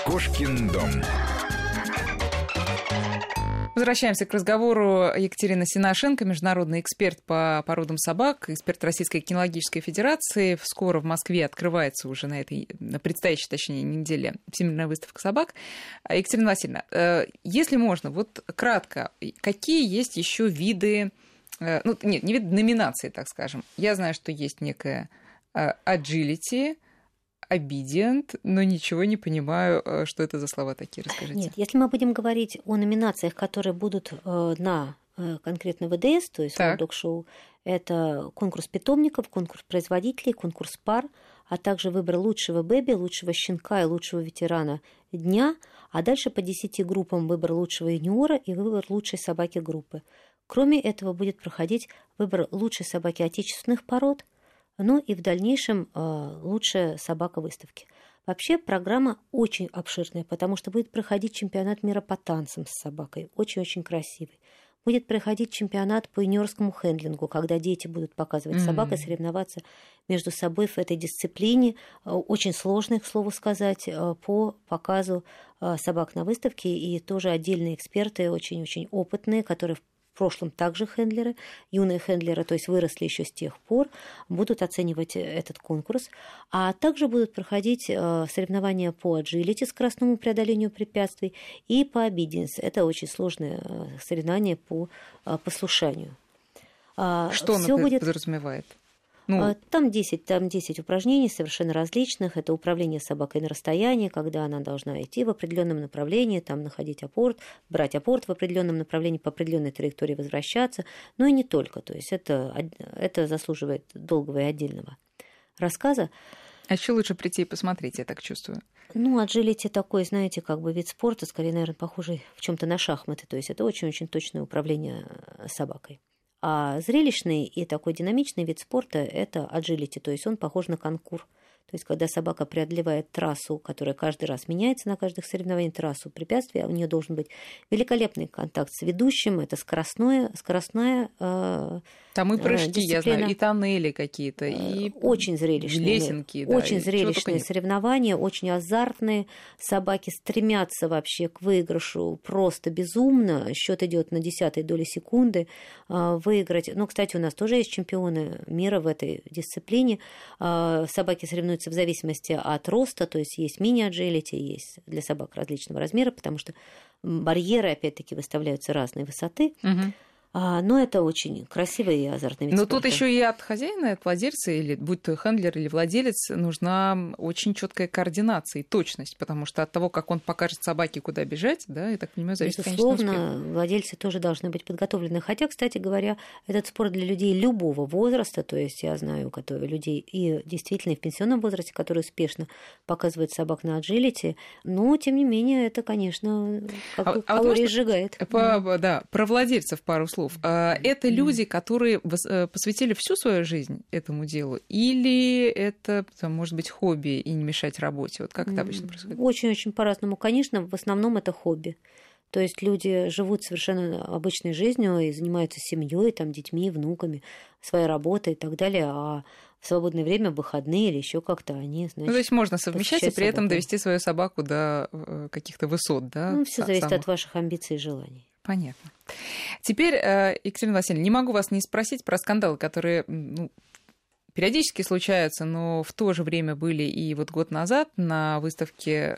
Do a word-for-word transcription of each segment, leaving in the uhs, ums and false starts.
Кошкин дом. Возвращаемся к разговору. Екатерина Синашенко, международный эксперт по породам собак, эксперт Российской кинологической федерации. Скоро в Москве открывается уже на этой, на предстоящей, точнее, неделе Всемирная выставка собак. Екатерина Васильевна, если можно, вот кратко, какие есть еще виды, ну, нет, не виды, номинации, так скажем. Я знаю, что есть некая agility, obedient, но ничего не понимаю, что это за слова такие, расскажите. Нет, если мы будем говорить о номинациях, которые будут э, на э, конкретно вэ дэ эс, то есть World Dog Show, это конкурс питомников, конкурс производителей, конкурс пар, а также выбор лучшего бэби, лучшего щенка и лучшего ветерана дня, а дальше по десяти группам выбор лучшего юниора и выбор лучшей собаки группы. Кроме этого будет проходить выбор лучшей собаки отечественных пород, ну и в дальнейшем э, лучшая собака выставки. Вообще программа очень обширная, потому что будет проходить чемпионат мира по танцам с собакой, очень-очень красивый. Будет проходить чемпионат по юниорскому хендлингу, когда дети будут показывать mm-hmm. собак и соревноваться между собой в этой дисциплине, очень сложной, к слову сказать, по показу собак на выставке. И тоже отдельные эксперты, очень-очень опытные, которые в В прошлом также хендлеры, юные хендлеры, то есть выросли еще с тех пор, будут оценивать этот конкурс. А также будут проходить соревнования по agility, скоростному преодолению препятствий, и по obedience. Это очень сложное соревнование по послушанию. Что оно будет... подразумевает? Ну... Там, десять, там десять упражнений совершенно различных. Это управление собакой на расстоянии, когда она должна идти в определенном направлении, там находить апорт, брать апорт в определенном направлении, по определенной траектории возвращаться. Но и не только. То есть это, это заслуживает долгого и отдельного рассказа. А еще лучше прийти и посмотреть, я так чувствую. Ну, agility такой, знаете, как бы вид спорта, скорее, наверное, похожий в чем-то на шахматы. То есть это очень-очень точное управление собакой. А зрелищный и такой динамичный вид спорта – это agility, то есть он похож на конкур. То есть когда собака преодолевает трассу, которая каждый раз меняется на каждых соревнованиях, трассу препятствия, у нее должен быть великолепный контакт с ведущим, это скоростное, скоростная э, Там и прыжки, дисциплина. Я знаю, и тоннели какие-то, и очень зрелищные, лесенки. Да, очень зрелищные соревнования, очень азартные. Собаки стремятся вообще к выигрышу просто безумно. Счет идет на десятой доли секунды. Выиграть. Ну, кстати, у нас тоже есть чемпионы мира в этой дисциплине. Собаки соревнуются в зависимости от роста, то есть есть мини-agility, есть для собак различного размера, потому что барьеры, опять-таки, выставляются разной высоты. Угу. Но это очень красивый и азартный вид Но спорта. тут еще и от хозяина, и от владельца, или будь то хендлер или владелец, нужна очень четкая координация и точность, потому что от того, как он покажет собаке, куда бежать, да, я так понимаю, зависит, безусловно, конечно, успех. Владельцы тоже должны быть подготовлены. Хотя, кстати говоря, этот спорт для людей любого возраста, то есть я знаю которые людей и действительно и в пенсионном возрасте, которые успешно показывают собак на agility, но, тем не менее, это, конечно, как а, калории а вот сжигает. По, mm. Да, про владельцев пару слов. Это люди, которые посвятили всю свою жизнь этому делу, или это, там, может быть, хобби и не мешать работе? Вот как это обычно происходит? Очень-очень по-разному. Конечно, в основном это хобби. То есть люди живут совершенно обычной жизнью и занимаются семьей, там, детьми, внуками, своей работой и так далее, а в свободное время, в выходные или еще как-то они, значит, ну, то есть можно совмещать и при собаку. этом довести свою собаку до каких-то высот, да? Ну, все зависит самых... от ваших амбиций и желаний. Понятно. Теперь, Екатерина Васильевна, не могу вас не спросить про скандалы, которые, ну, периодически случаются, но в то же время были и вот год назад на выставке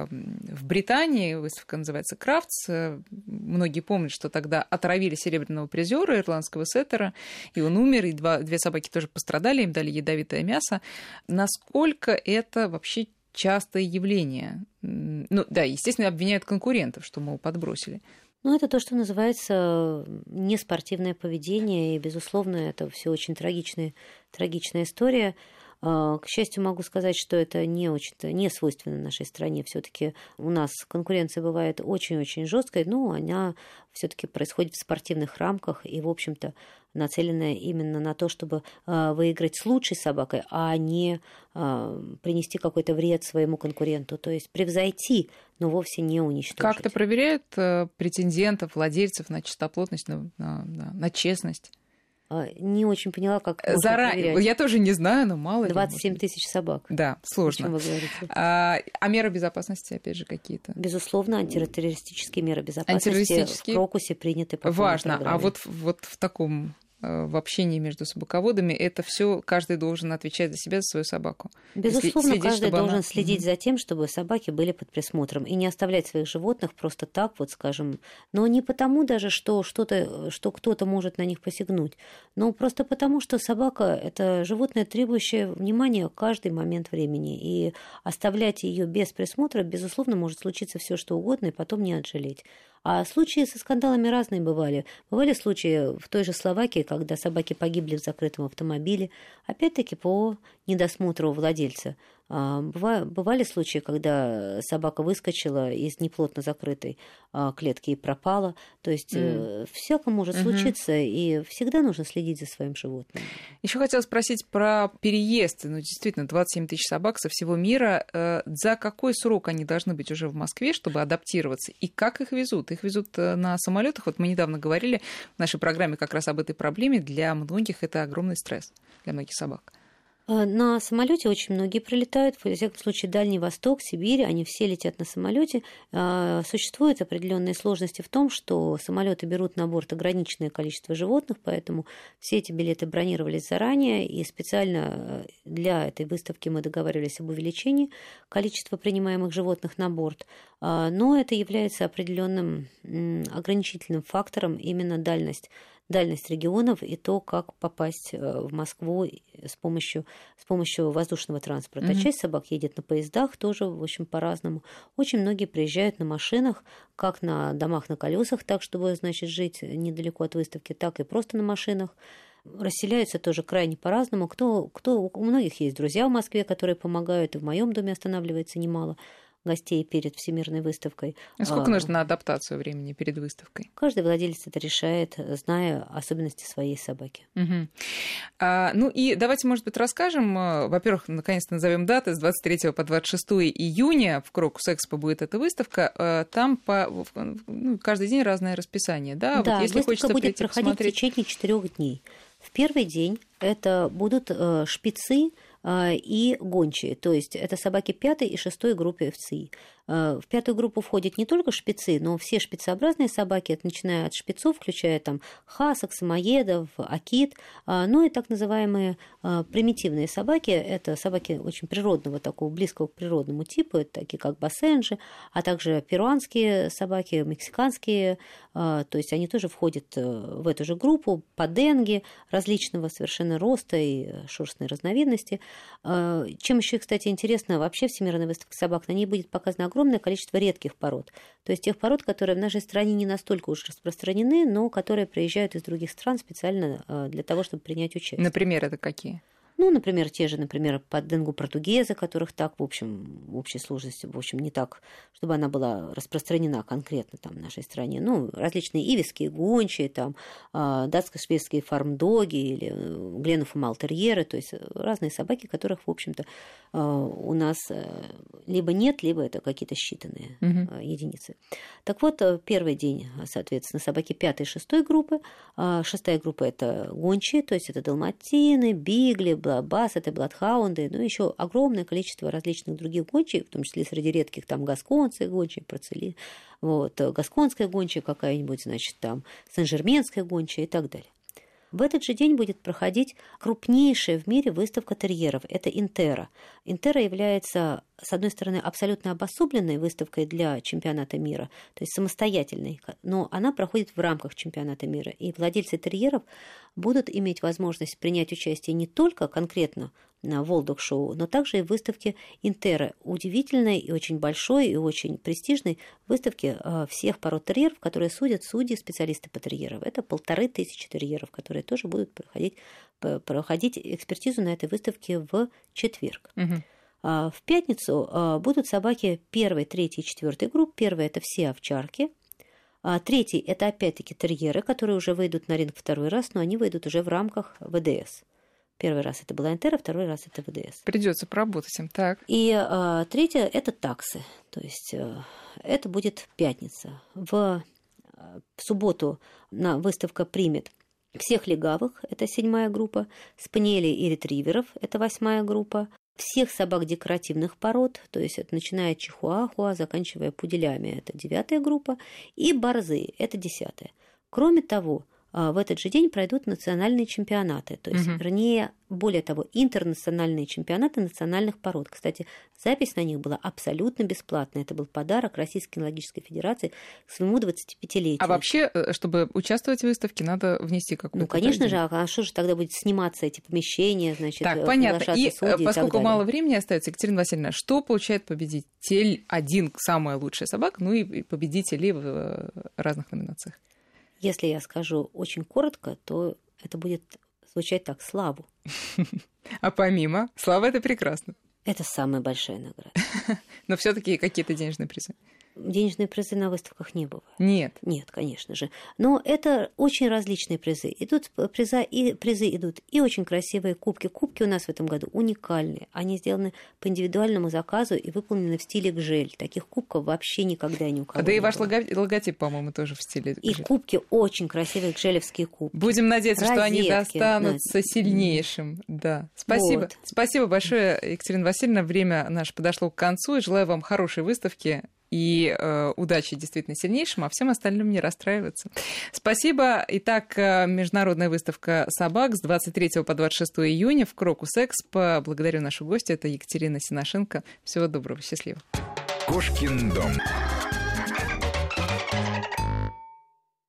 в Британии, выставка называется «Крафтс». Многие помнят, что тогда отравили серебряного призера, ирландского сеттера, и он умер, и два, две собаки тоже пострадали, им дали ядовитое мясо. Насколько это вообще частое явление? Ну да, естественно, обвиняют конкурентов, что, мол, подбросили. Ну, это то, что называется неспортивное поведение, и, безусловно, это все очень трагичная, трагичная история. К счастью, могу сказать, что это не очень-то не свойственно нашей стране. Все-таки у нас конкуренция бывает очень-очень жесткой, но она все-таки происходит в спортивных рамках и, в общем-то, нацеленная именно на то, чтобы выиграть с лучшей собакой, а не принести какой-то вред своему конкуренту. То есть превзойти, но вовсе не уничтожить. Как-то проверяют претендентов, владельцев на чистоплотность, на, на, на честность? Не очень поняла, как заранее. Я тоже не знаю, но мало ли. двадцать семь тысяч собак. Да, сложно. О чем вы говорите? А, а меры безопасности, опять же, какие-то? Безусловно, антитеррористические меры безопасности антитеррористические... в Крокусе приняты по Важно. программе. А вот, вот в таком... в общении между собаководами, это все каждый должен отвечать за себя, за свою собаку. Безусловно, следить, каждый должен она... следить за тем, чтобы собаки были под присмотром, и не оставлять своих животных просто так, вот скажем, но не потому даже, что, что-то, что кто-то может на них посягнуть, но просто потому, что собака – это животное, требующее внимания каждый момент времени, и оставлять ее без присмотра, безусловно, может случиться все что угодно, и потом не отжалеть. А случаи со скандалами разные бывали. Бывали случаи в той же Словакии, когда собаки погибли в закрытом автомобиле, опять-таки по недосмотру владельца. Бывали случаи, когда собака выскочила из неплотно закрытой клетки и пропала. То есть mm. всяко может mm-hmm. случиться, и всегда нужно следить за своим животным. Еще хотела спросить про переезд. Ну, действительно, двадцать семь тысяч собак со всего мира. За какой срок они должны быть уже в Москве, чтобы адаптироваться? И как их везут? Их везут на самолетах. Вот мы недавно говорили в нашей программе как раз об этой проблеме. Для многих это огромный стресс, для многих собак. На самолете очень многие прилетают, во всяком случае, Дальний Восток, Сибирь, они все летят на самолете. Существуют определенные сложности в том, что самолеты берут на борт ограниченное количество животных, поэтому все эти билеты бронировались заранее, и специально для этой выставки мы договаривались об увеличении количества принимаемых животных на борт. Но это является определенным ограничительным фактором, именно дальность. дальность регионов и то, как попасть в Москву с помощью, с помощью воздушного транспорта. Mm-hmm. Часть собак едет на поездах, тоже, в общем, по-разному. Очень многие приезжают на машинах, как на домах на колесах, так, чтобы, значит, жить недалеко от выставки, так и просто на машинах. Расселяются тоже крайне по-разному. Кто, кто, у многих есть друзья в Москве, которые помогают, и в моем доме останавливается немало гостей перед Всемирной выставкой. А сколько а, нужно на адаптацию времени перед выставкой? Каждый владелец это решает, зная особенности своей собаки. Угу. А, ну и давайте, может быть, расскажем. Во-первых, наконец-то назовем даты. С двадцать третьего по двадцать шестого июня в Крокус Экспо будет эта выставка. Там по, ну, каждый день разное расписание. Да, да, вот если выставка будет прийти, проходить посмотреть... в течение четырех дней. В первый день это будут шпицы и гончие, то есть это собаки пятой и шестой группы эф цэ и. В пятую группу входят не только шпицы, но все шпицеобразные собаки, это начиная от шпицов, включая там хасок, самоедов, акит, ну и так называемые примитивные собаки, это собаки очень природного, такого близкого к природному типу, это такие как бассенджи, а также перуанские собаки, мексиканские, то есть они тоже входят в эту же группу, паденги различного совершенно роста и шерстной разновидности. Чем еще, кстати, интересно, вообще Всемирная выставка собак, на ней будет показано огромное количество редких пород. То есть тех пород, которые в нашей стране не настолько уж распространены, но которые приезжают из других стран специально для того, чтобы принять участие. Например, это какие? Ну, например, те же, например, паденгу португеза, которых так, в общем, в общей сложности, в общем, не так, чтобы она была распространена конкретно там в нашей стране. Ну, различные ивисские гончие, там, датско-шведские фармдоги или гленов и малтерьеры, то есть разные собаки, которых, в общем-то, у нас либо нет, либо это какие-то считанные угу. единицы. Так вот, первый день, соответственно, собаки пятой и шестой группы. Шестая группа – это гончие, то есть это далматины, бигли, бассеты, бладхаунды, ну, еще огромное количество различных других гончих, в том числе среди редких там гасконцы гончие, процели, вот, гасконская гончая какая-нибудь, значит, там сен-жерменская гончая и так далее. В этот же день будет проходить крупнейшая в мире выставка терьеров. Это Интера. Интера является, с одной стороны, абсолютно обособленной выставкой для чемпионата мира, то есть самостоятельной, но она проходит в рамках чемпионата мира. И владельцы терьеров будут иметь возможность принять участие не только конкретно на World Dog Show, но также и в выставке Интера, удивительной и очень большой и очень престижной выставке всех пород терьеров, которые судят судьи, специалисты по терьерам. Это полторы тысячи терьеров, которые тоже будут проходить, проходить экспертизу на этой выставке в четверг. Угу. В пятницу будут собаки первой, третьей и четвертой групп. Первая – это все овчарки. Третий – это опять-таки терьеры, которые уже выйдут на ринг второй раз, но они выйдут уже в рамках вэ дэ эс. Первый раз это была Интера, второй раз это вэ дэ эс. Придется поработать им, так. И а, третье – это таксы. То есть а, это будет пятница. В, в субботу на выставка примет всех легавых, это седьмая группа, спаниелей и ретриверов, это восьмая группа, всех собак декоративных пород, то есть это начиная от чихуахуа, заканчивая пуделями, это девятая группа, и борзы, это десятая. Кроме того, в этот же день пройдут национальные чемпионаты, то есть, угу. вернее, более того, интернациональные чемпионаты национальных пород. Кстати, запись на них была абсолютно бесплатная. Это был подарок Российской кинологической федерации к своему двадцатипятилетию. А вообще, чтобы участвовать в выставке, надо внести какую-то... Ну, конечно один. же, а что же тогда будет сниматься эти помещения, значит, так, понятно. И, судьи, поскольку и мало времени остается, Екатерина Васильевна, что получает победитель один, самая лучшая собака, ну и победители в разных номинациях? Если я скажу очень коротко, то это будет звучать так: славу. А помимо, слава — это прекрасно. Это самая большая награда. Но все-таки какие-то денежные призы. Денежные призы на выставках не бывает. Нет. Нет, конечно же. Но это очень различные призы. Идут приза, и призы идут и очень красивые кубки. Кубки у нас в этом году уникальные. Они сделаны по индивидуальному заказу и выполнены в стиле гжель. Таких кубков вообще никогда ни у кого да не и ваш было. логотип, по-моему, тоже в стиле и гжель. Кубки очень красивые, гжелевские кубки. Будем надеяться, розетки, что они достанутся да. сильнейшим. Да. Спасибо. Вот. Спасибо большое, Екатерина Васильевна. Время наше подошло к концу. Желаю вам хорошей выставки и э, удачи действительно сильнейшим, а всем остальным не расстраиваться. Спасибо. Итак, международная выставка собак с двадцать третьего по двадцать шестое июня в Крокус Экспо. Благодарю нашу гостью. Это Екатерина Синошенко. Всего доброго. Счастливо. Кошкин дом.